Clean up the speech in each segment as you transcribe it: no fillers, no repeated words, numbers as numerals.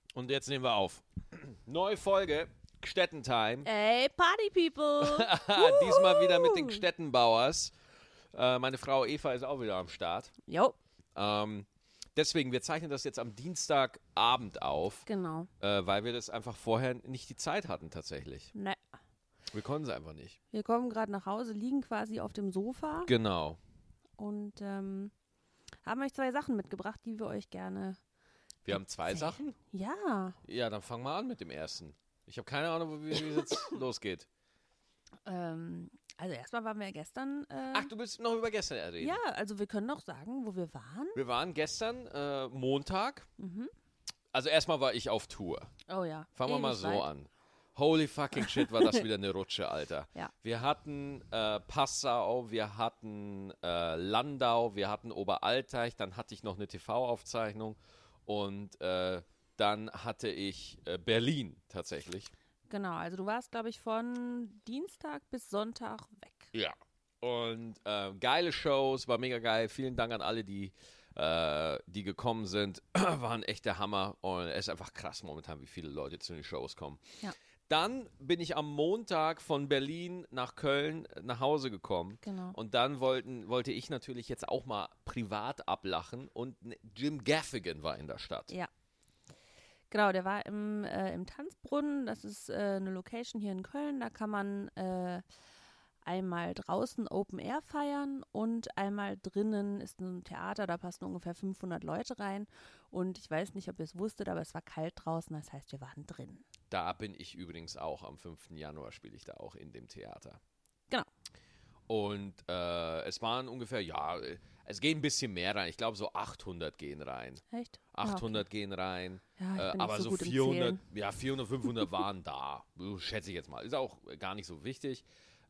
Und jetzt nehmen wir auf. Neue Folge, Gstettentime. Ey, Party People! Diesmal wieder mit den Gstettenbauers. Meine Frau Eva ist auch wieder am Start. Jo, Deswegen, wir zeichnen das jetzt am Dienstagabend auf, genau. weil wir das einfach vorher nicht die Zeit hatten tatsächlich. Ne. Wir konnten es einfach nicht. Wir kommen gerade nach Hause, liegen quasi auf dem Sofa Genau. und haben euch 2 Sachen mitgebracht, die wir euch gerne... Wir haben 2 Sachen? Ja, Ja, dann fangen wir an mit dem ersten. Ich habe keine Ahnung, wie es jetzt losgeht. also erstmal waren wir ja gestern... Ach, du willst noch über gestern reden? ja, also wir können noch sagen, wo wir waren. Wir waren gestern Montag. Also erstmal war ich auf Tour. Oh ja. Fangen wir mal ewig so weit. an. Holy fucking shit, war das wieder eine Rutsche, Alter. Ja. Wir hatten Passau, wir hatten Landau, wir hatten Oberalteich, dann hatte ich noch eine TV-Aufzeichnung und dann hatte ich Berlin tatsächlich. Genau, also du warst, glaube ich, von Dienstag bis Sonntag weg. Ja. Und geile Shows, war mega geil. Vielen Dank an alle, die gekommen sind. Waren echt der Hammer. Und es ist einfach krass momentan, wie viele Leute zu den Shows kommen. Ja. Dann bin ich am Montag von Berlin nach Köln nach Hause gekommen. Genau. Und dann wollte ich natürlich jetzt auch mal privat ablachen. Und Jim Gaffigan war in der Stadt. Ja. Genau, der war im Tanzbrunnen. Das ist eine Location hier in Köln. Da kann man einmal draußen Open Air feiern und einmal drinnen ist ein Theater. Da passen ungefähr 500 Leute rein. Und ich weiß nicht, ob ihr es wusstet, aber es war kalt draußen. Das heißt, wir waren drin. Da bin ich übrigens auch. Am 5. Januar spiele ich da auch in dem Theater. Genau. Und es waren ungefähr, es gehen ein bisschen mehr rein. Ich glaube, so 800 gehen rein. Echt? 800 gehen rein. Ja, ich bin aber nicht so so gut im 400, Zählen. ja, 400, 500 waren da. Schätze ich jetzt mal. Ist auch gar nicht so wichtig.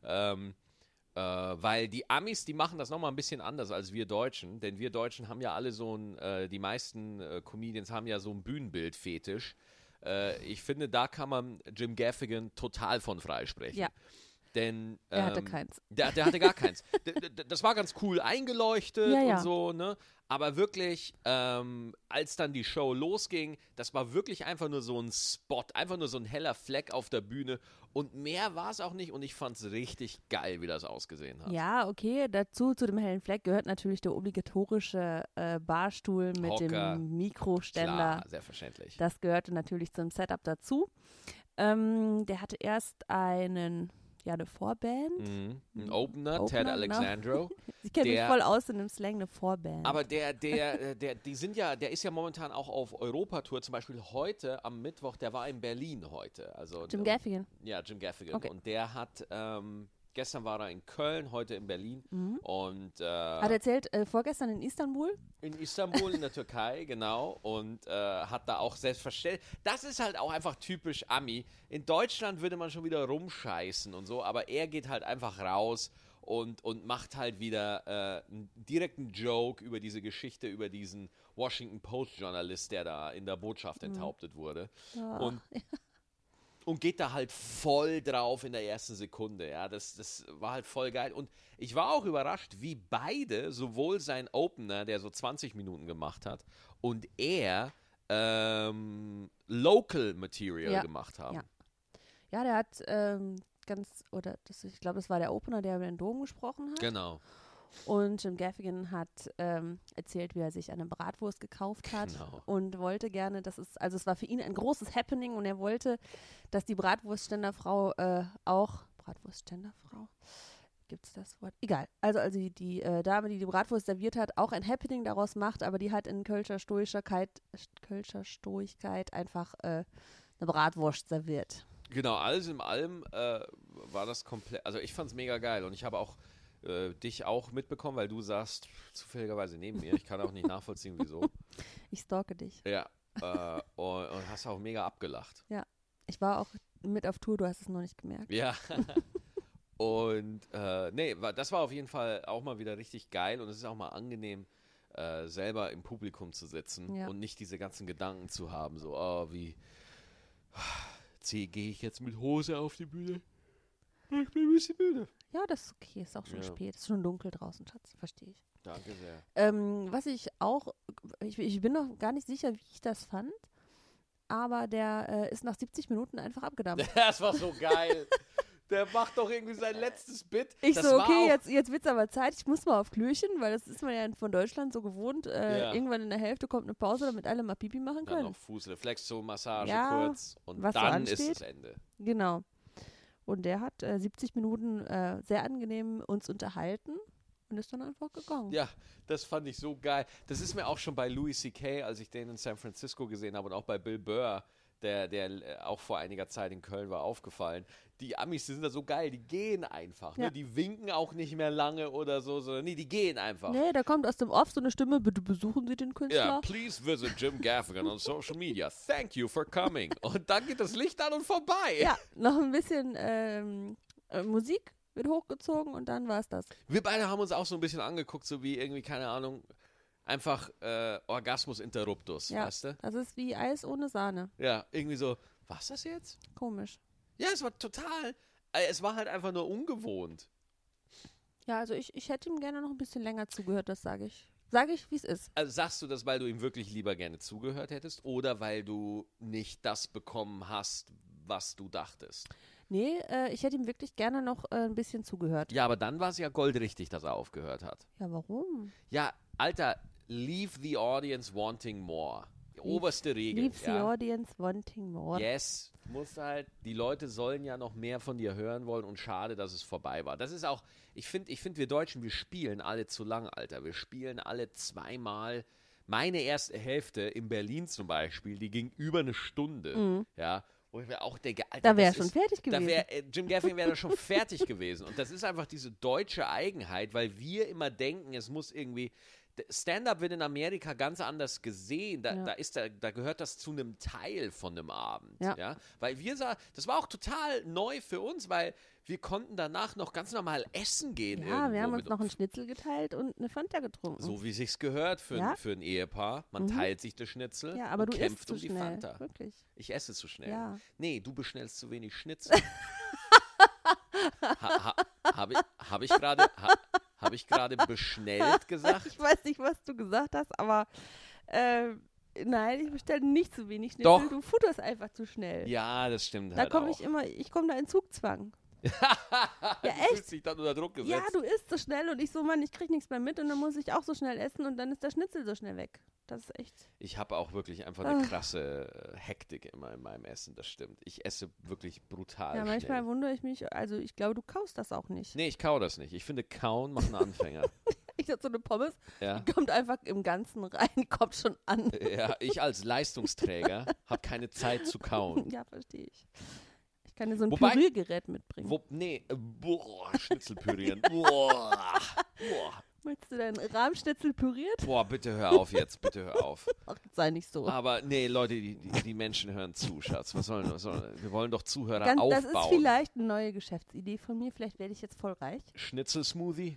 Weil die Amis, die machen das nochmal ein bisschen anders als wir Deutschen. Denn wir Deutschen haben ja alle so ein, die meisten Comedians haben ja so ein Bühnenbild-Fetisch. Ich finde, da kann man Jim Gaffigan total von freisprechen. Ja. Denn Er hatte keins. Der hatte gar keins. Das war ganz cool eingeleuchtet Ja, ja. und so, ne? Aber wirklich, als dann die Show losging, das war wirklich einfach nur so ein Spot, einfach nur so ein heller Fleck auf der Bühne. Und mehr war es auch nicht und ich fand es richtig geil, wie das ausgesehen hat. Ja, okay. Dazu, zu dem hellen Fleck, gehört natürlich der obligatorische Barstuhl mit Hocker. dem Mikroständer. Klar, selbstverständlich. Das gehörte natürlich zum Setup dazu. Der hatte erst eine Vorband. Ein Opener, Opener, Ted genau. Alexandro. Ich kenne mich Der- voll aus in dem Slang, eine Vorband. Aber der ist ja momentan auch auf Europatour. Zum Beispiel heute am Mittwoch, der war in Berlin heute. Also, Jim Gaffigan. Ja, Jim Gaffigan. Okay. Und der hat, gestern war er in Köln, heute in Berlin. Und Hat erzählt, vorgestern in Istanbul. in Istanbul, in der Türkei, genau. Und hat da auch selbstverständlich. Das ist halt auch einfach typisch Ami. In Deutschland würde man schon wieder rumscheißen und so, aber er geht halt einfach raus und macht halt wieder einen direkten Joke über diese Geschichte, über diesen Washington Post-Journalist, der da in der Botschaft enthauptet wurde. Und geht da halt voll drauf in der ersten Sekunde. Ja, das war halt voll geil. Und ich war auch überrascht, wie beide, sowohl sein Opener, der so 20 Minuten gemacht hat, und er Local Material Ja, gemacht haben. ja. Ja, der hat ich glaube, das war der Opener, der über den Dom gesprochen hat. Genau. Und Jim Gaffigan hat erzählt, wie er sich eine Bratwurst gekauft hat Genau. und wollte gerne, es war für ihn ein großes Happening und er wollte, dass die Bratwurstständerfrau Bratwurstständerfrau? Gibt es das Wort? Egal. Also die Dame, die Bratwurst serviert hat, auch ein Happening daraus macht, aber die hat in Kölscher Stoigkeit einfach eine Bratwurst serviert. Genau, alles in allem war das komplett, also ich fand's mega geil und ich habe auch dich auch mitbekommen, weil du saßt zufälligerweise neben mir. Ich kann auch nicht nachvollziehen, wieso. Ich stalke dich. Ja, und hast auch mega abgelacht. Ja. Ich war auch mit auf Tour, du hast es noch nicht gemerkt. Ja. Und das war auf jeden Fall auch mal wieder richtig geil und es ist auch mal angenehm, selber im Publikum zu sitzen Ja. und nicht diese ganzen Gedanken zu haben, so, gehe ich jetzt mit Hose auf die Bühne? Ich bin ein bisschen müde. Ja, das ist okay, ist auch schon Ja. spät. Ist schon dunkel draußen, Schatz, verstehe ich. Danke sehr. Was ich auch, ich bin noch gar nicht sicher, wie ich das fand, aber der ist nach 70 Minuten einfach abgedampft. Das war so geil. Der macht doch irgendwie sein letztes Bit. Ich das so, war okay, auch, jetzt wird's aber Zeit, ich muss mal auf Klöchen, weil das ist man ja von Deutschland so gewohnt. Ja. Irgendwann in der Hälfte kommt eine Pause, damit alle mal Pipi machen dann können. noch Fußreflexzone-Massage Ja, kurz und was so dann ist ansteht. das Ende. Genau. Und der hat 70 Minuten sehr angenehm uns unterhalten und ist dann einfach gegangen. Ja, das fand ich so geil. Das ist mir auch schon bei Louis C.K., als ich den in San Francisco gesehen habe und auch bei Bill Burr, der auch vor einiger Zeit in Köln war, aufgefallen. Die Amis, die sind da so geil, die gehen einfach. Ja. Ne? Die winken auch nicht mehr lange oder so, sondern nee, die gehen einfach. Nee, da kommt aus dem Off so eine Stimme, bitte besuchen Sie den Künstler. Ja, please visit Jim Gaffigan on social media. Thank you for coming. Und dann geht das Licht an und vorbei. Ja, noch ein bisschen Musik wird hochgezogen und dann war's das. Wir beide haben uns auch so ein bisschen angeguckt, so wie irgendwie, keine Ahnung, einfach Orgasmus Interruptus, Ja, weißt du? das ist wie Eis ohne Sahne. Ja, irgendwie so, was das jetzt? Komisch. Ja, es war total, es war halt einfach nur ungewohnt. Ja, also ich hätte ihm gerne noch ein bisschen länger zugehört, das sage ich. Sage ich, wie es ist. Also sagst du das, weil du ihm wirklich lieber gerne zugehört hättest oder weil du nicht das bekommen hast, was du dachtest? Nee, ich hätte ihm wirklich gerne noch ein bisschen zugehört. Ja, aber dann war es ja goldrichtig, dass er aufgehört hat. Ja, warum? Ja, Alter, leave the audience wanting more. Die oberste Regel. Leave the audience wanting more. Yes, muss halt, die Leute sollen ja noch mehr von dir hören wollen und schade, dass es vorbei war. Das ist auch, ich finde, wir Deutschen, wir spielen alle zu lang, Alter. Wir spielen alle zweimal. Meine erste Hälfte in Berlin zum Beispiel, die ging über eine Stunde. Ja, wo ich mir auch denke, Alter, Da wäre er das schon ist- fertig gewesen. Jim Gaffigan wäre da schon fertig gewesen. Und das ist einfach diese deutsche Eigenheit, weil wir immer denken, es muss irgendwie. Stand-up wird in Amerika ganz anders gesehen. Da gehört das zu einem Teil von einem Abend. Ja. Ja? Weil das war auch total neu für uns, weil wir konnten danach noch ganz normal essen gehen. Ja, wir irgendwo haben uns mit- noch einen Schnitzel geteilt und eine Fanta getrunken. So wie sich's gehört für, Ja. für ein Ehepaar. Man teilt sich das Schnitzel Ja, aber und du kämpft isst zu um die schnell. Fanta. Wirklich. Ich esse zu schnell. Ja. Nee, du bestellst zu wenig Schnitzel. Habe ich gerade beschnellt gesagt? Ich weiß nicht, was du gesagt hast, aber nein, ich bestelle nicht zu wenig Schnitzel. Doch. Du futterst einfach zu schnell. Ja, das stimmt Da halt komme auch. ich komme da in Zugzwang. Du echt? fühlst dich dann unter Druck gesetzt. Ja, du isst so schnell und ich so, Mann, ich krieg nichts mehr mit und dann muss ich auch so schnell essen und dann ist der Schnitzel so schnell weg. Das ist echt. Ich habe auch wirklich einfach eine krasse Hektik immer in meinem Essen, das stimmt. Ich esse wirklich brutal Ja, manchmal schnell. wundere ich mich, also ich glaube, du kaust das auch nicht. Nee, ich kau das nicht. Ich finde, kauen machen Anfänger. Ich hab so eine Pommes, Ja. die kommt einfach im Ganzen rein, die kommt schon an. Ja, ich als Leistungsträger habe keine Zeit zu kauen. Ja, verstehe ich. Ich kann dir so ein Wobei- Püriergerät mitbringen. Schnitzel pürieren. Boah, Möchtest du deinen Rahmschnitzel püriert? boah, bitte hör auf jetzt, bitte hör auf. Ach, sei nicht so. Aber nee, Leute, die Menschen hören zu, Schatz. Was sollen wir wollen doch Zuhörer Das aufbauen. ist vielleicht eine neue Geschäftsidee von mir. Vielleicht werde ich jetzt voll reich. Schnitzel-Smoothie?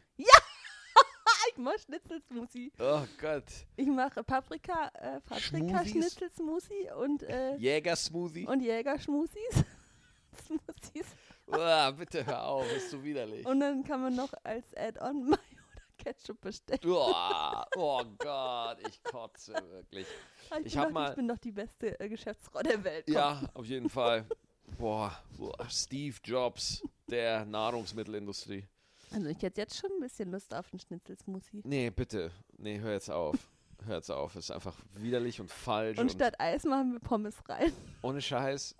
Ich mache Schnitzelsmoothie. Oh Gott. Ich mache Smoothies? Paprika-Schnitzelsmoothie und Jäger-Smoothie? Jäger-Schmoothies. Smoothies. Oh, bitte hör auf, ist so widerlich. Und dann kann man noch als Add-on Mayo oder Ketchup bestellen. Oh Gott, ich kotze wirklich. Ich hab bin doch die beste Geschäftsfrau der Welt. Komm. Ja, auf jeden Fall. Boah, Steve Jobs der Nahrungsmittelindustrie. Also ich hätte jetzt schon ein bisschen Lust auf einen Schnitzelsmoothie. Nee, bitte. Nee, hör jetzt auf. Hör jetzt auf. Ist einfach widerlich und falsch. Und statt Eis machen wir Pommes rein. Ohne Scheiß.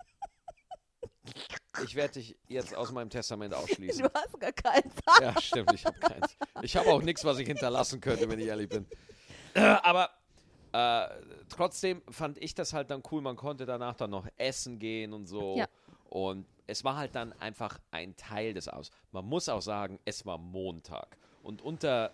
Ich werde dich jetzt aus meinem Testament ausschließen. Du hast gar keins. Ja, stimmt, ich habe keins. Ich habe auch nichts, was ich hinterlassen könnte, wenn ich ehrlich bin. Aber trotzdem fand ich das halt dann cool. Man konnte danach dann noch essen gehen und so. Ja. Und es war halt dann einfach ein Teil des Abends. Man muss auch sagen, es war Montag. Und unter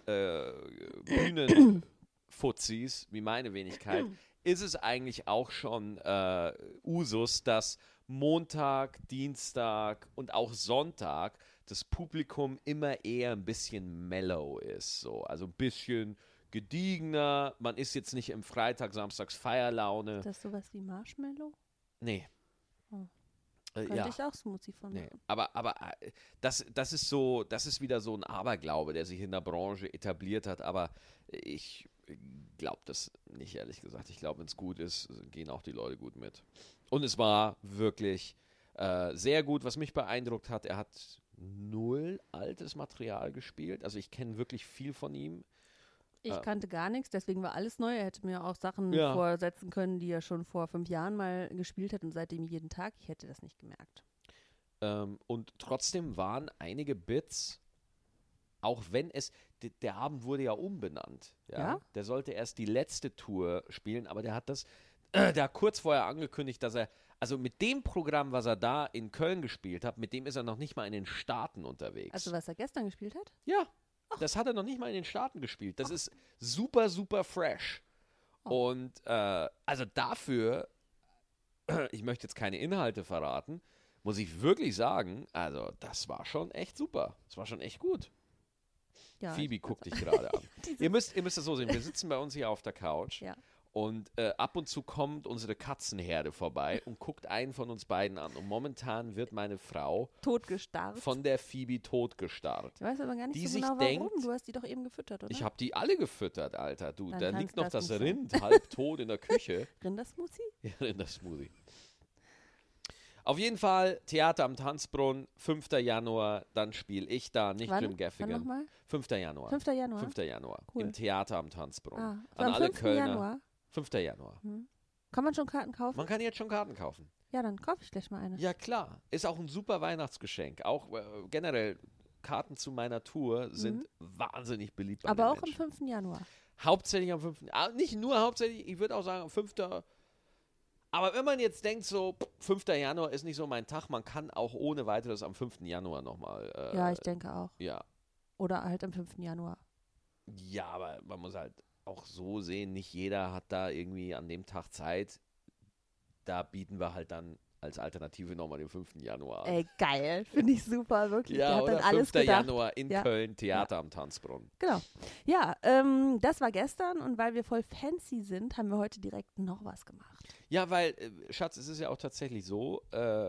Bühnenfuzis, wie meine Wenigkeit, ist es eigentlich auch schon Usus, dass Montag, Dienstag und auch Sonntag das Publikum immer eher ein bisschen mellow ist. So. Also ein bisschen gediegener. Man ist jetzt nicht im Freitag, Samstags Feierlaune. Ist das sowas wie Marshmallow? Nee. Oh. Könnte ja. ich auch Smoothie von Nee, machen. aber das ist wieder so ein Aberglaube, der sich in der Branche etabliert hat, aber ich glaube das nicht, ehrlich gesagt. Ich glaube, wenn es gut ist, gehen auch die Leute gut mit. Und es war wirklich sehr gut. Was mich beeindruckt hat, er hat null altes Material gespielt. Also ich kenne wirklich viel von ihm. Ich kannte gar nichts, deswegen war alles neu. Er hätte mir auch Sachen Ja. vorsetzen können, die er schon vor 5 Jahren mal gespielt hat und seitdem jeden Tag. Ich hätte das nicht gemerkt. Und trotzdem waren einige Bits, auch wenn der Abend wurde ja umbenannt. Ja? Der sollte erst die letzte Tour spielen, aber der hat kurz vorher angekündigt, dass er, also mit dem Programm, was er da in Köln gespielt hat, mit dem ist er noch nicht mal in den Staaten unterwegs. Also was er gestern gespielt hat? Ja, das hat er noch nicht mal in den Staaten gespielt. Das ist super, super fresh. Und also dafür, ich möchte jetzt keine Inhalte verraten, muss ich wirklich sagen, also das war schon echt super. Das war schon echt gut. Ja, Phoebe guckt dich gerade an. Dieses- Ihr müsst das so sehen, wir sitzen bei uns hier auf der Couch Ja. und ab und zu kommt unsere Katzenherde vorbei und guckt einen von uns beiden an. Und momentan wird meine Frau Totgestarrt. von der Phoebe totgestarrt. Ich weiß aber gar nicht die so sich genau, denkt- warum. Du hast die doch eben gefüttert, oder? Ich habe die alle gefüttert, Alter. Du, Dann da kann's liegt noch das das nicht sein. Rind halb tot in der Küche. Rindersmoothie? Ja, in der Smoothie. Auf jeden Fall Theater am Tanzbrunnen, 5. Januar, dann spiele ich da, nicht Wann? Jim Wann Gaffigan. nochmal? 5. Januar. 5. Januar? 5. Januar. Cool. Im Theater am Tanzbrunnen. Ah, An am alle 5. Kölner. Januar. 5. Januar. Kann man schon Karten kaufen? Man kann jetzt schon Karten kaufen. Ja, dann kaufe ich gleich mal eine. Ja, klar. Ist auch ein super Weihnachtsgeschenk. Auch generell Karten zu meiner Tour sind wahnsinnig beliebt. bei Aber den auch am Menschen. 5. Januar. Hauptsächlich am 5. Nicht nur hauptsächlich, ich würde auch sagen am 5. Aber wenn man jetzt denkt, so 5. Januar ist nicht so mein Tag, man kann auch ohne weiteres am 5. Januar nochmal. Ja, ich denke auch. Ja. Oder halt am 5. Januar. Ja, aber man muss halt auch so sehen, nicht jeder hat da irgendwie an dem Tag Zeit. Da bieten wir halt dann als Alternative nochmal den 5. Januar an. Ey, geil. Finde ich super, wirklich. Der Ja, hat oder dann alles 5. gedacht. Januar in Ja. Köln, Theater am Tanzbrunnen. Genau. Ja, das war gestern und weil wir voll fancy sind, haben wir heute direkt noch was gemacht. Ja, weil, Schatz, es ist ja auch tatsächlich so,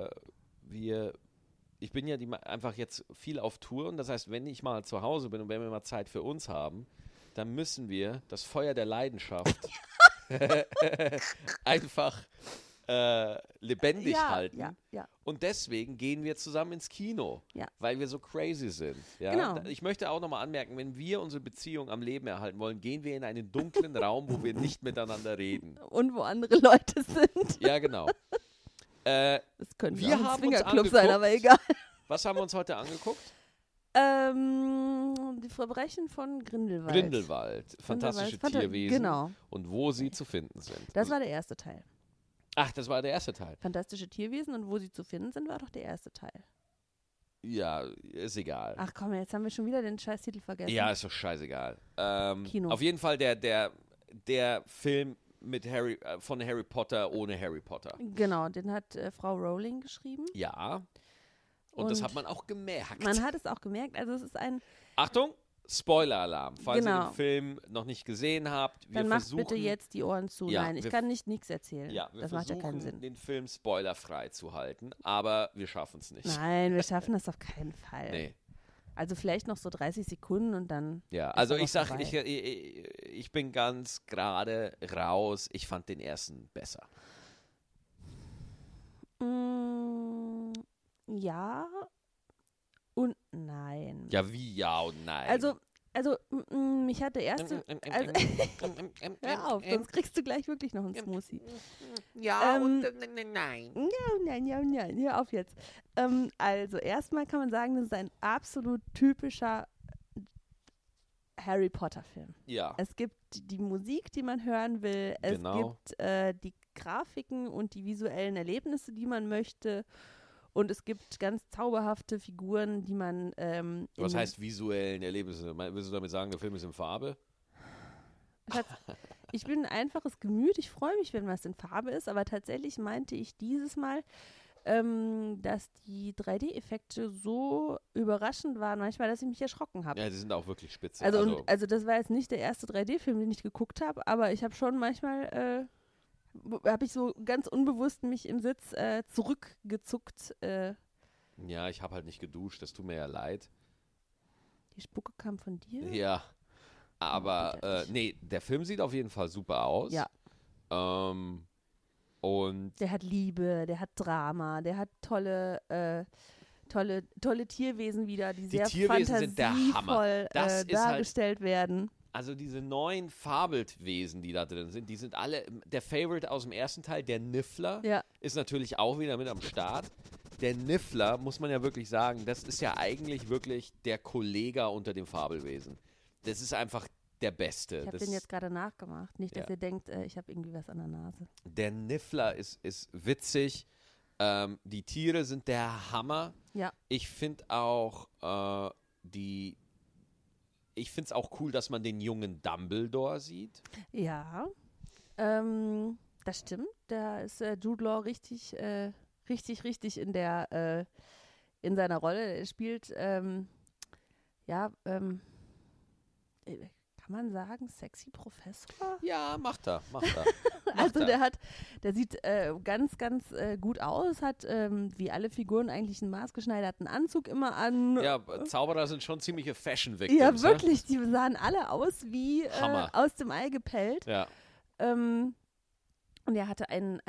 ich bin ja einfach jetzt viel auf Tour und das heißt, wenn ich mal zu Hause bin und wenn wir mal Zeit für uns haben, dann müssen wir das Feuer der Leidenschaft einfach lebendig halten. Ja. Und deswegen gehen wir zusammen ins Kino, Ja. weil wir so crazy sind. Ja? Genau. Ich möchte auch nochmal anmerken, wenn wir unsere Beziehung am Leben erhalten wollen, gehen wir in einen dunklen Raum, wo wir nicht miteinander reden. Und wo andere Leute sind. Ja, genau. Das könnte Wir auch ein haben uns Swingerclub sein, angeguckt. aber egal. Was haben wir uns heute angeguckt? Die Verbrechen von Grindelwald. Grindelwald, fantastische Tierwesen Genau, und wo sie zu finden sind. das war der erste Teil. Ach, das war der erste Teil. Fantastische Tierwesen und wo sie zu finden sind, war doch der erste Teil. Ja, ist egal. Ach komm, jetzt haben wir schon wieder den Scheißtitel vergessen. Ja, ist doch scheißegal. Kino. Auf jeden Fall der Film mit von Harry Potter ohne Harry Potter. Genau, den hat Frau Rowling geschrieben. Ja. Und das Und hat man auch gemerkt. Man hat es auch gemerkt, also es ist ein, Achtung, Spoiler-Alarm. Falls ihr Genau. den Film noch nicht gesehen habt, wir dann macht versuchen, bitte jetzt die Ohren zu. Ja, Nein, ich wir- kann nichts erzählen. ja, wir das macht ja versuchen, keinen Sinn. den Film spoilerfrei zu halten, aber wir schaffen es nicht. Nein, wir schaffen das auf keinen Fall. Nee. Also vielleicht noch so 30 Sekunden und dann. Ja, ist also aber ich sag, vorbei. ich bin ganz gerade raus. Ich fand den ersten besser. Ja und nein. Ja, wie ja und nein. Also, mich hat der erste. Also, hör auf, sonst kriegst du gleich wirklich noch einen Smoothie. ja ähm, und nein. Ja, hör auf jetzt. Also, erstmal kann man sagen, das ist ein absolut typischer Harry Potter-Film. Ja, Es gibt die Musik, die man hören will. Es Genau. gibt die Grafiken und die visuellen Erlebnisse, die man möchte. Und es gibt ganz zauberhafte Figuren, die man. was heißt visuellen Erlebnisse? Willst du damit sagen, der Film ist in Farbe? Schatz, ich bin ein einfaches Gemüt. Ich freue mich, wenn was in Farbe ist. Aber tatsächlich meinte ich dieses Mal, dass die 3D-Effekte so überraschend waren, manchmal, dass ich mich erschrocken habe. Ja, die sind auch wirklich spitze. Also das war jetzt nicht der erste 3D-Film, den ich geguckt habe, aber ich habe schon manchmal habe ich so ganz unbewusst mich im Sitz zurückgezuckt. Ja, ich habe halt nicht geduscht, das tut mir ja leid. Die Spucke kam von dir? Ja, aber nee, der Film sieht auf jeden Fall super aus. Ja. Und Der hat Liebe, der hat Drama, der hat tolle Tierwesen wieder, die sehr Tierwesen sind der Hammer. fantasievoll Das ist dargestellt werden. Also diese neuen Fabelwesen, die da drin sind, die sind alle, der Favorite aus dem ersten Teil, der Niffler, Ja. ist natürlich auch wieder mit am Start. Der Niffler, muss man ja wirklich sagen, das ist ja eigentlich wirklich der Kollege unter dem Fabelwesen. Das ist einfach der Beste. Ich habe den jetzt gerade nachgemacht. Nicht, dass Ja. ihr denkt, ich habe irgendwie was an der Nase. Der Niffler ist witzig. Die Tiere sind der Hammer. Ja. Ich finde auch ich finde es auch cool, dass man den jungen Dumbledore sieht. Ja, das stimmt. Da ist Jude Law richtig in der in seiner Rolle. Er spielt kann man sagen, sexy Professor? Ja, macht er. Also der sieht ganz, ganz gut aus, hat wie alle Figuren eigentlich einen maßgeschneiderten Anzug immer an. Ja, Zauberer sind schon ziemliche Fashion-Victims. Ja, wirklich, die sahen alle aus wie Hammer. aus dem Ei gepellt. Ja. Und er hatte einen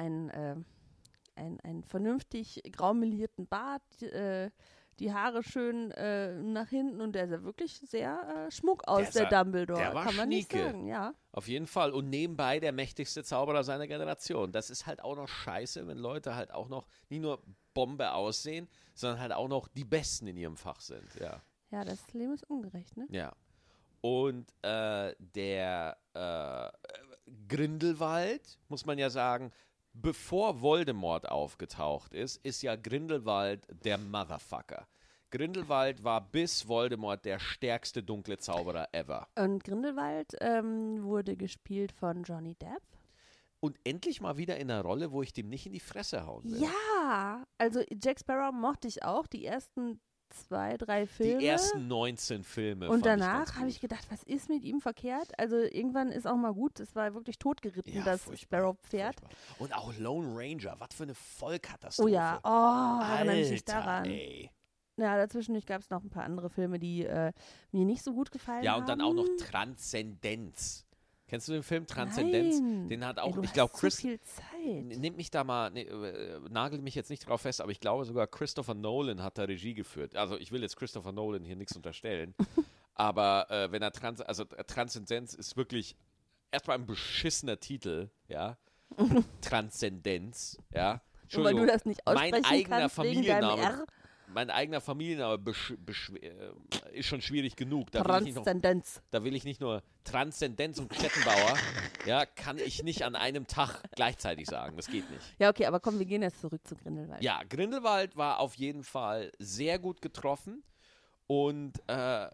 vernünftig graumelierten Bart, die Haare schön nach hinten und der sah wirklich sehr schmuck aus, der Dumbledore. Der war kann man nicht schnieke. sagen, ja. Auf jeden Fall. Und nebenbei der mächtigste Zauberer seiner Generation. Das ist halt auch noch scheiße, wenn Leute halt auch noch nicht nur Bombe aussehen, sondern halt auch noch die Besten in ihrem Fach sind. Ja. Ja, das Leben ist ungerecht, ne? Ja. Und der Grindelwald, muss man ja sagen, bevor Voldemort aufgetaucht ist ja Grindelwald der Motherfucker. Grindelwald war bis Voldemort der stärkste dunkle Zauberer ever. Und Grindelwald wurde gespielt von Johnny Depp. Und endlich mal wieder in einer Rolle, wo ich dem nicht in die Fresse hauen will. Ja, also Jack Sparrow mochte ich auch, die ersten 2, 3 Filme. Die ersten 19 Filme. Und fand danach habe ich gedacht, was ist mit ihm verkehrt? Also irgendwann ist auch mal gut, es war wirklich totgeritten, Ja, das furchtbar, Sparrow-Pferd. furchtbar. Und auch Lone Ranger, was für eine Vollkatastrophe. Oh ja, erinnere mich nicht Alter, daran. ey. Ja, dazwischen gab es noch ein paar andere Filme, die mir nicht so gut gefallen Ja, haben. und dann auch noch Transzendenz. Kennst du den Film Transzendenz? Nein. Den hat auch, Ey, du ich glaube, hast so viel Zeit. Nimmt mich da mal, nagel mich jetzt nicht drauf fest, aber ich glaube sogar Christopher Nolan hat da Regie geführt. Also ich will jetzt Christopher Nolan hier nichts unterstellen, aber wenn er Transzendenz ist wirklich erstmal ein beschissener Titel, ja. Transzendenz, ja. Und weil du das nicht aussprechen mein eigener kannst wegen deinem Familienname, R. mein eigener Familienname ist schon schwierig genug. Da will ich nicht nur Transzendenz und Klettenbauer, ja, kann ich nicht an einem Tag gleichzeitig sagen. Das geht nicht. Ja, okay, aber komm, wir gehen jetzt zurück zu Grindelwald. Ja, Grindelwald war auf jeden Fall sehr gut getroffen und Der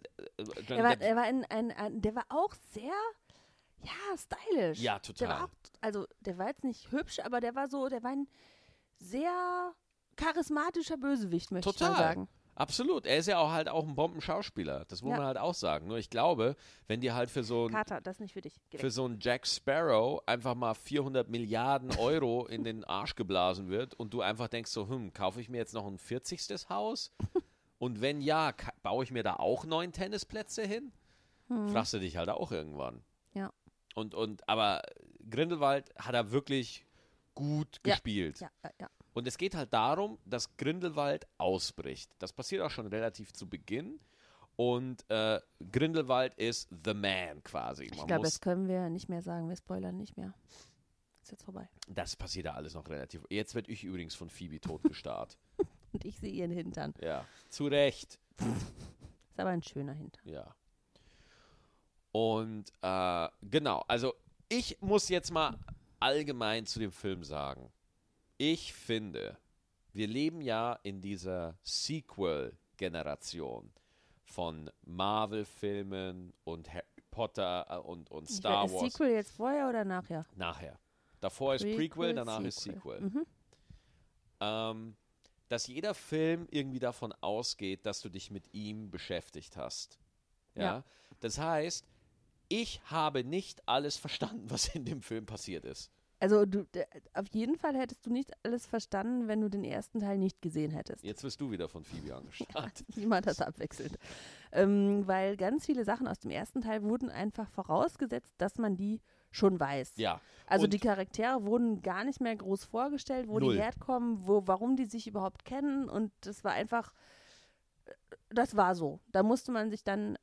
war auch sehr, ja, stylisch. Ja, total. Der war jetzt nicht hübsch, aber der war ein sehr charismatischer Bösewicht, möchte ich mal sagen. Absolut. Er ist ja auch halt auch ein Bombenschauspieler. Das muss man halt auch sagen. Nur ich glaube, wenn dir halt für so ein Carter, das ist nicht für dich. für so einen Jack Sparrow einfach mal 400 Milliarden Euro in den Arsch geblasen wird und du einfach denkst so, kaufe ich mir jetzt noch ein 40. Haus? Und wenn ja, baue ich mir da auch 9 Tennisplätze hin? Fragst du dich halt auch irgendwann. Ja. Aber Grindelwald hat er wirklich gut gespielt. Ja. Und es geht halt darum, dass Grindelwald ausbricht. Das passiert auch schon relativ zu Beginn. Und Grindelwald ist the man quasi. Ich glaube, das können wir nicht mehr sagen. Wir spoilern nicht mehr. Ist jetzt vorbei. Das passiert ja alles noch relativ. Jetzt werde ich übrigens von Phoebe totgestarrt. Und ich sehe ihren Hintern. Ja, zu Recht. Ist aber ein schöner Hintern. Ja. Und genau, also ich muss jetzt mal allgemein zu dem Film sagen. Ich finde, wir leben ja in dieser Sequel-Generation von Marvel-Filmen und Harry Potter und Star Wars. Ist Sequel jetzt vorher oder nachher? Nachher. Davor ist Prequel, danach ist Sequel. Dass jeder Film irgendwie davon ausgeht, dass du dich mit ihm beschäftigt hast. Ja. Das heißt, ich habe nicht alles verstanden, was in dem Film passiert ist. Also auf jeden Fall hättest du nicht alles verstanden, wenn du den ersten Teil nicht gesehen hättest. Jetzt wirst du wieder von Phoebe angestarrt. Wie man das abwechselt. Weil ganz viele Sachen aus dem ersten Teil wurden einfach vorausgesetzt, dass man die schon weiß. Ja. Also Und die Charaktere wurden gar nicht mehr groß vorgestellt, wo Null. die herkommen, warum die sich überhaupt kennen und das war einfach, das war so. Da musste man sich dann,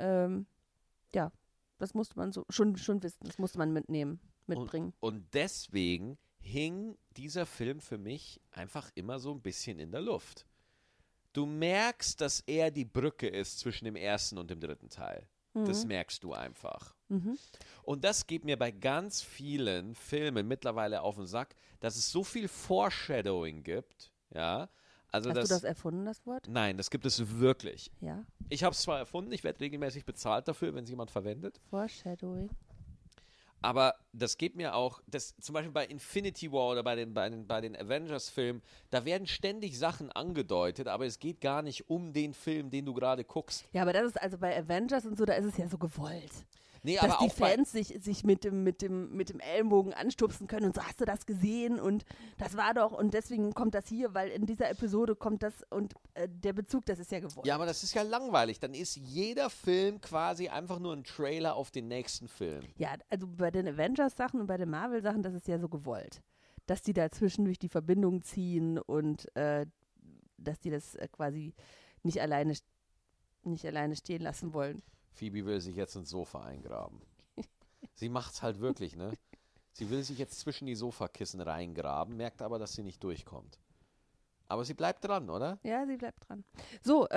das musste man so schon wissen, das musste man mitbringen. Und deswegen hing dieser Film für mich einfach immer so ein bisschen in der Luft. Du merkst, dass er die Brücke ist zwischen dem ersten und dem dritten Teil. Das merkst du einfach. Und das geht mir bei ganz vielen Filmen mittlerweile auf den Sack, dass es so viel Foreshadowing gibt. Ja? Also Hast du das erfunden, das Wort? Nein, das gibt es wirklich. Ja. Ich habe es zwar erfunden, ich werde regelmäßig bezahlt dafür, wenn es jemand verwendet. Foreshadowing. Aber das geht mir auch, zum Beispiel bei Infinity War oder bei den Avengers-Filmen, da werden ständig Sachen angedeutet, aber es geht gar nicht um den Film, den du gerade guckst. Ja, aber das ist also bei Avengers und so, da ist es ja so gewollt. Nee, dass aber die auch Fans sich mit dem Ellbogen anstupsen können und so, hast du das gesehen? Und das war doch, und deswegen kommt das hier, weil in dieser Episode kommt das und der Bezug, das ist ja gewollt. Ja, aber das ist ja langweilig. Dann ist jeder Film quasi einfach nur ein Trailer auf den nächsten Film. Ja, also bei den Avengers-Sachen und bei den Marvel-Sachen, das ist ja so gewollt. Dass die da zwischendurch die Verbindung ziehen und dass die das quasi nicht alleine stehen lassen wollen. Phoebe will sich jetzt ins Sofa eingraben. Sie macht's halt wirklich, ne? Sie will sich jetzt zwischen die Sofakissen reingraben, merkt aber, dass sie nicht durchkommt. Aber sie bleibt dran, oder? Ja, sie bleibt dran. So,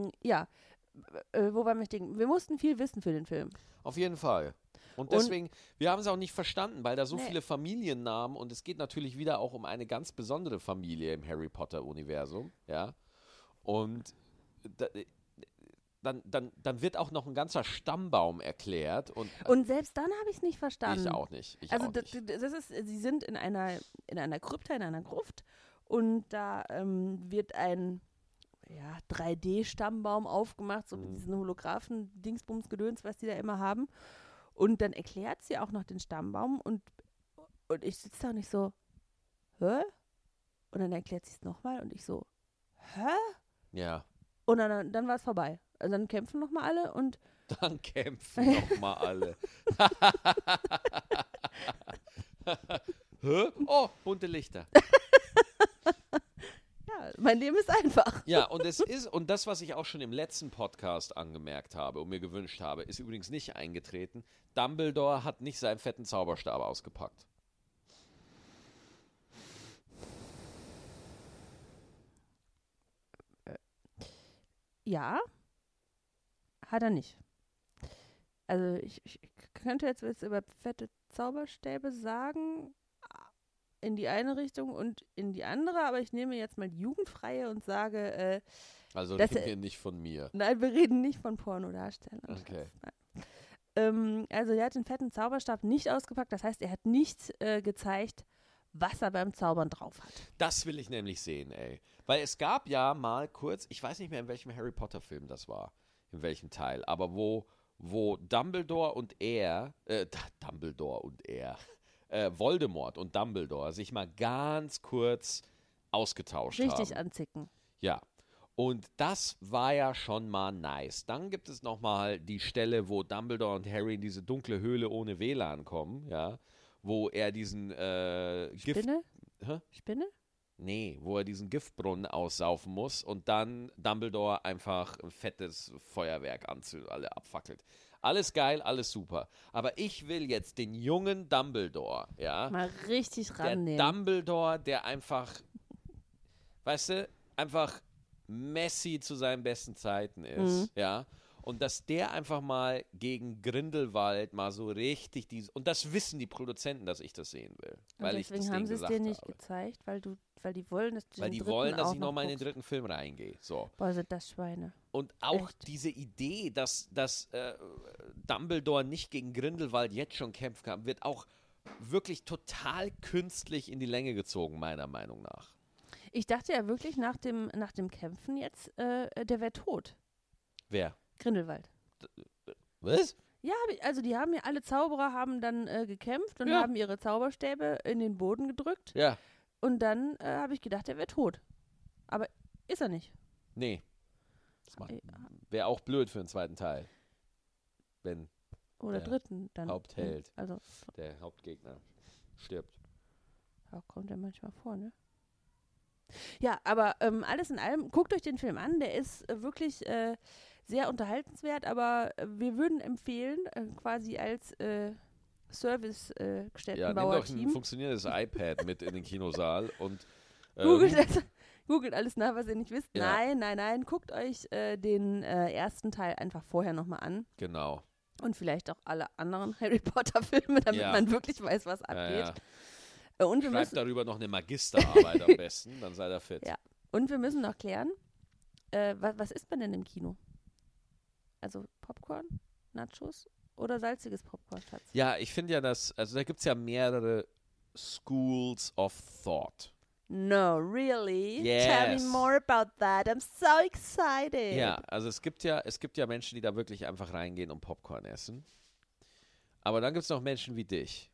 wo war mich denken? Wir mussten viel wissen für den Film. Auf jeden Fall. Und deswegen, wir haben es auch nicht verstanden, weil da so viele Familiennamen und es geht natürlich wieder auch um eine ganz besondere Familie im Harry Potter-Universum, ja. Und dann wird auch noch ein ganzer Stammbaum erklärt. Und selbst dann habe ich es nicht verstanden. Ich auch nicht. Sie sind in einer Krypta, in einer Gruft und da wird ein 3D-Stammbaum aufgemacht, so mit diesen Holographen-Dingsbums-Gedöns, was die da immer haben. Und dann erklärt sie auch noch den Stammbaum und ich sitze da und ich so, hä? Und dann erklärt sie es nochmal und ich so, hä? Ja. Und dann war es vorbei. Also dann kämpfen nochmal alle und dann kämpfen nochmal alle. Hä? Oh, bunte Lichter. Ja, mein Leben ist einfach. Ja, und das, was ich auch schon im letzten Podcast angemerkt habe und mir gewünscht habe, ist übrigens nicht eingetreten. Dumbledore hat nicht seinen fetten Zauberstab ausgepackt. Ja, hat er nicht. Also ich könnte jetzt über fette Zauberstäbe sagen, in die eine Richtung und in die andere, aber ich nehme jetzt mal die Jugendfreie und sage, also reden wir nicht von mir. Nein, wir reden nicht von Pornodarstellern. Okay. Also er hat den fetten Zauberstab nicht ausgepackt, das heißt, er hat nicht gezeigt, was er beim Zaubern drauf hat. Das will ich nämlich sehen, ey. Weil es gab ja mal kurz, ich weiß nicht mehr, in welchem Harry Potter Film das war, in welchem Teil, aber wo Voldemort und Dumbledore sich mal ganz kurz ausgetauscht haben. Richtig anzicken. Ja. Und das war ja schon mal nice. Dann gibt es nochmal die Stelle, wo Dumbledore und Harry in diese dunkle Höhle ohne WLAN kommen, ja, wo er diesen Spinne? Spinne? Nee, wo er diesen Giftbrunnen aussaufen muss und dann Dumbledore einfach ein fettes Feuerwerk alle abfackelt. Alles geil, alles super. Aber ich will jetzt den jungen Dumbledore, ja. Mal richtig rannehmen. Der Dumbledore, der einfach, weißt du, einfach Messi zu seinen besten Zeiten ist, ja. Und dass der einfach mal gegen Grindelwald mal so richtig und das wissen die Produzenten, dass ich das sehen will. Weil deswegen ich das haben sie es dir nicht habe. gezeigt, weil die wollen, dass du Weil die wollen, dass ich nochmal in den dritten Film reingehe. So. Boah, sind das Schweine. Und auch Echt? diese Idee, dass Dumbledore nicht gegen Grindelwald jetzt schon kämpfen kann, wird auch wirklich total künstlich in die Länge gezogen, meiner Meinung nach. Ich dachte ja wirklich nach dem Kämpfen jetzt, der wäre tot. Wer? Grindelwald. Was? Ja, also die haben ja, alle Zauberer haben dann gekämpft und Ja. haben ihre Zauberstäbe in den Boden gedrückt. Ja. Und dann habe ich gedacht, er wäre tot. Aber ist er nicht. Nee. Wäre auch blöd für den zweiten Teil. Wenn Oder Der dritten dann. Hauptheld. Also, der Hauptgegner stirbt. ja, kommt ja manchmal vor, ne? Ja, aber alles in allem, guckt euch den Film an. Der ist wirklich sehr unterhaltenswert, aber wir würden empfehlen, quasi als Ja, nimm doch ein Service-Städtenbauer-Team, funktionierendes iPad mit in den Kinosaal und googelt alles nach, was ihr nicht wisst. Ja. Nein, guckt euch den ersten Teil einfach vorher nochmal an. genau. Und vielleicht auch alle anderen Harry Potter-Filme, damit Ja. man wirklich weiß, was Ja, abgeht. ja. Und wir Schreibt müssen, darüber noch eine Magisterarbeit am besten, dann seid ihr fit. Ja. Und wir müssen noch klären, was isst man denn im Kino? Also Popcorn, Nachos oder salziges Popcorn, Schatz? Ja, ich finde ja, also da gibt es ja mehrere Schools of Thought. No, really? Yes. Tell me more about that. I'm so excited. Ja, also es gibt ja Menschen, die da wirklich einfach reingehen und Popcorn essen. Aber dann gibt es noch Menschen wie dich.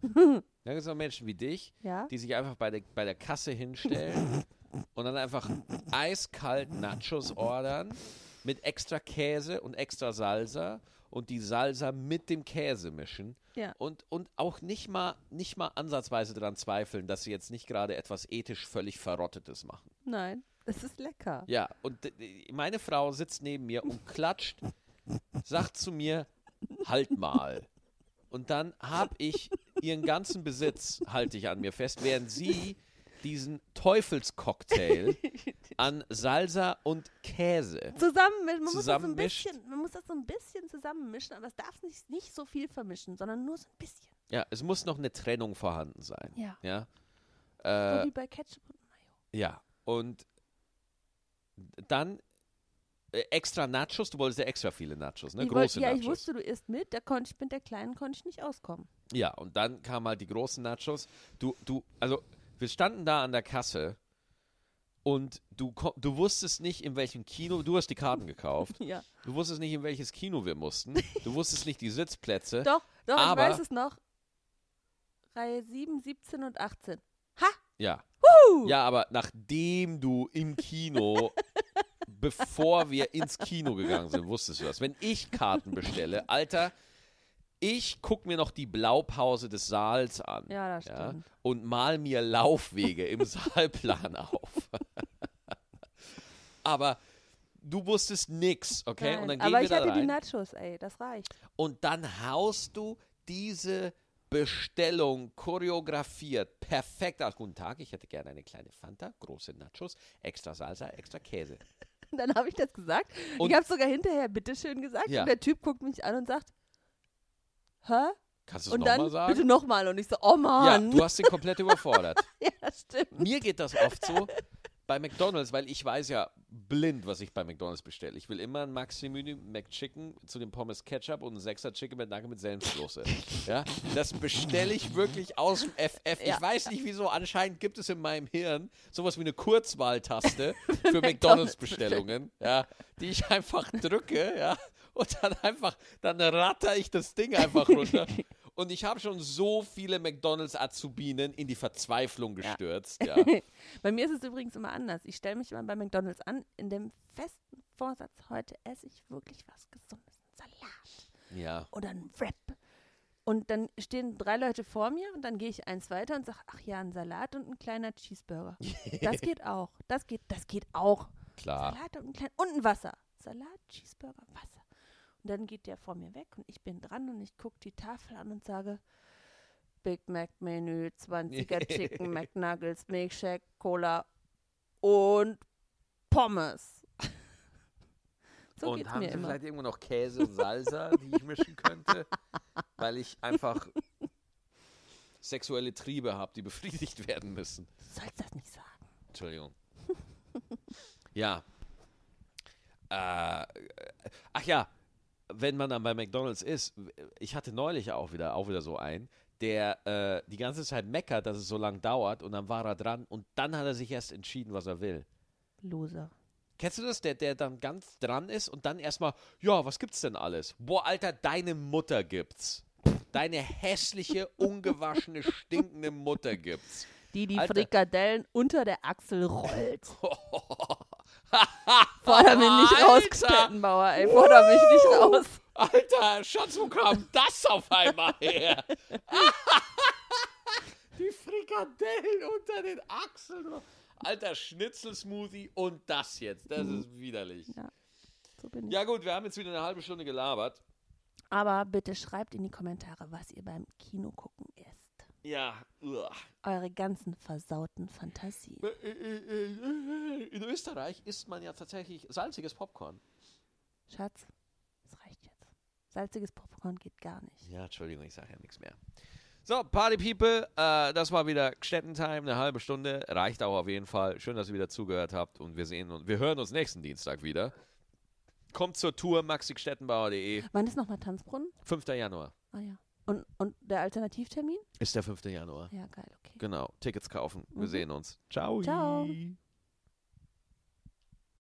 Ja? Die sich einfach bei der Kasse hinstellen und dann einfach eiskalt Nachos ordern mit extra Käse und extra Salsa und die Salsa mit dem Käse mischen Ja. und auch nicht mal ansatzweise daran zweifeln, dass sie jetzt nicht gerade etwas ethisch völlig Verrottetes machen. Nein, es ist lecker. Ja, und meine Frau sitzt neben mir und klatscht, sagt zu mir, halt mal. Und dann habe ich ihren ganzen Besitz, halte ich an mir fest, während sie diesen Teufelscocktail an Salsa und Käse Zusammenmischen. Zusammenmischt. Man muss das so ein bisschen zusammenmischen, aber es darf nicht so viel vermischen, sondern nur so ein bisschen. Ja, es muss noch eine Trennung vorhanden sein. Ja. Ja, So wie bei Ketchup und Mayo. ja. Und dann extra Nachos, du wolltest ja extra viele Nachos, ne? Große Nachos. Ich wusste, du isst mit, mit der Kleinen konnte ich nicht auskommen. Ja, und dann kamen halt die großen Nachos. Also wir standen da an der Kasse und du wusstest nicht, in welchem Kino, du hast die Karten gekauft, Ja. du wusstest nicht, in welches Kino wir mussten, du wusstest nicht die Sitzplätze. Doch, aber- ich weiß es noch. Reihe 7, 17 und 18. Ja. Huh! Ja, aber nachdem du im Kino, bevor wir ins Kino gegangen sind, wusstest du das. Wenn ich Karten bestelle, Alter, ich gucke mir noch die Blaupause des Saals an. Ja, das stimmt. Und mal mir Laufwege im Saalplan auf. Aber du wusstest nix, okay? Nein, Und dann gehen aber wir ich da hatte die rein. Nachos, ey, das reicht. Und dann haust du diese Bestellung choreografiert, perfekt aus. Guten Tag, ich hätte gerne eine kleine Fanta, große Nachos, extra Salsa, extra Käse. Und dann habe ich das gesagt. Und- ich habe sogar hinterher bitteschön gesagt. Ja. Und der Typ guckt mich an und sagt, hä? Kannst du es Und nochmal dann sagen? bitte nochmal. Und ich so, oh Ja, Mann. du hast ihn komplett überfordert. Ja, das stimmt. Mir geht das oft so bei McDonald's, weil ich weiß ja blind, was ich bei McDonald's bestelle. Ich will immer ein Maxi-Menü McChicken zu dem Pommes Ketchup und ein 6er Chicken mit Nugget mit Senfsoße. Ja, das bestelle ich wirklich aus dem FF. Ja. Ich weiß nicht wieso, anscheinend gibt es in meinem Hirn sowas wie eine Kurzwahltaste für McDonald's-Bestellungen, ja, die ich einfach drücke, ja, und dann ratter ich das Ding einfach runter. Und ich habe schon so viele McDonald's-Azubinen in die Verzweiflung gestürzt, ja. Bei mir ist es übrigens immer anders. Ich stelle mich immer bei McDonald's an, in dem festen Vorsatz, heute esse ich wirklich was Gesundes. Einen Salat Ja. oder einen Wrap. Und dann stehen 3 Leute vor mir und dann gehe ich eins weiter und sage, ach ja, ein Salat und ein kleiner Cheeseburger. Das geht auch. Das geht auch. Klar. Salat und ein Wasser. Salat, Cheeseburger, Wasser. Und dann geht der vor mir weg und ich bin dran und ich gucke die Tafel an und sage, Big Mac Menü, 20er Chicken, McNuggets, Milkshake, Cola und Pommes. So Und geht's haben mir Sie immer. vielleicht irgendwo noch Käse und Salsa, die ich mischen könnte? Weil ich einfach sexuelle Triebe habe, die befriedigt werden müssen. Du sollst das nicht sagen. Entschuldigung. Ja. Ach ja, wenn man dann bei McDonald's ist, ich hatte neulich auch wieder so einen, der die ganze Zeit meckert, dass es so lang dauert und dann war er dran und dann hat er sich erst entschieden, was er will. Loser. Kennst du das? Der dann ganz dran ist und dann erstmal, ja, was gibt's denn alles? Boah, Alter, deine Mutter gibt's. Deine hässliche, ungewaschene, stinkende Mutter gibt's. Die Alter. Frikadellen unter der Achsel rollt. Forder mich nicht raus, Stettenbauer, ey. Forder mich nicht raus. Alter, Schatz, wo kam das auf einmal her? Die Frikadellen unter den Achseln. Alter, Schnitzelsmoothie und das jetzt. Das ist widerlich. Ja, so bin ich. Ja gut, wir haben jetzt wieder eine halbe Stunde gelabert. Aber bitte schreibt in die Kommentare, was ihr beim Kino gucken esst. Ja. Eure ganzen versauten Fantasien. In Österreich isst man ja tatsächlich salziges Popcorn. Schatz, das reicht jetzt. Salziges Popcorn geht gar nicht. Ja, Entschuldigung, ich sage ja nichts mehr. So, Party People, das war wieder Gstettentime, eine halbe Stunde. Reicht auch auf jeden Fall. Schön, dass ihr wieder zugehört habt und wir hören uns nächsten Dienstag wieder. Kommt zur Tour, maxigstettenbauer.de. Wann ist nochmal Tanzbrunnen? 5. Januar. Ah ja. Und der Alternativtermin? Ist der 5. Januar. Ja, geil, okay. Genau, Tickets kaufen. Wir sehen uns. Ciao. Ciao.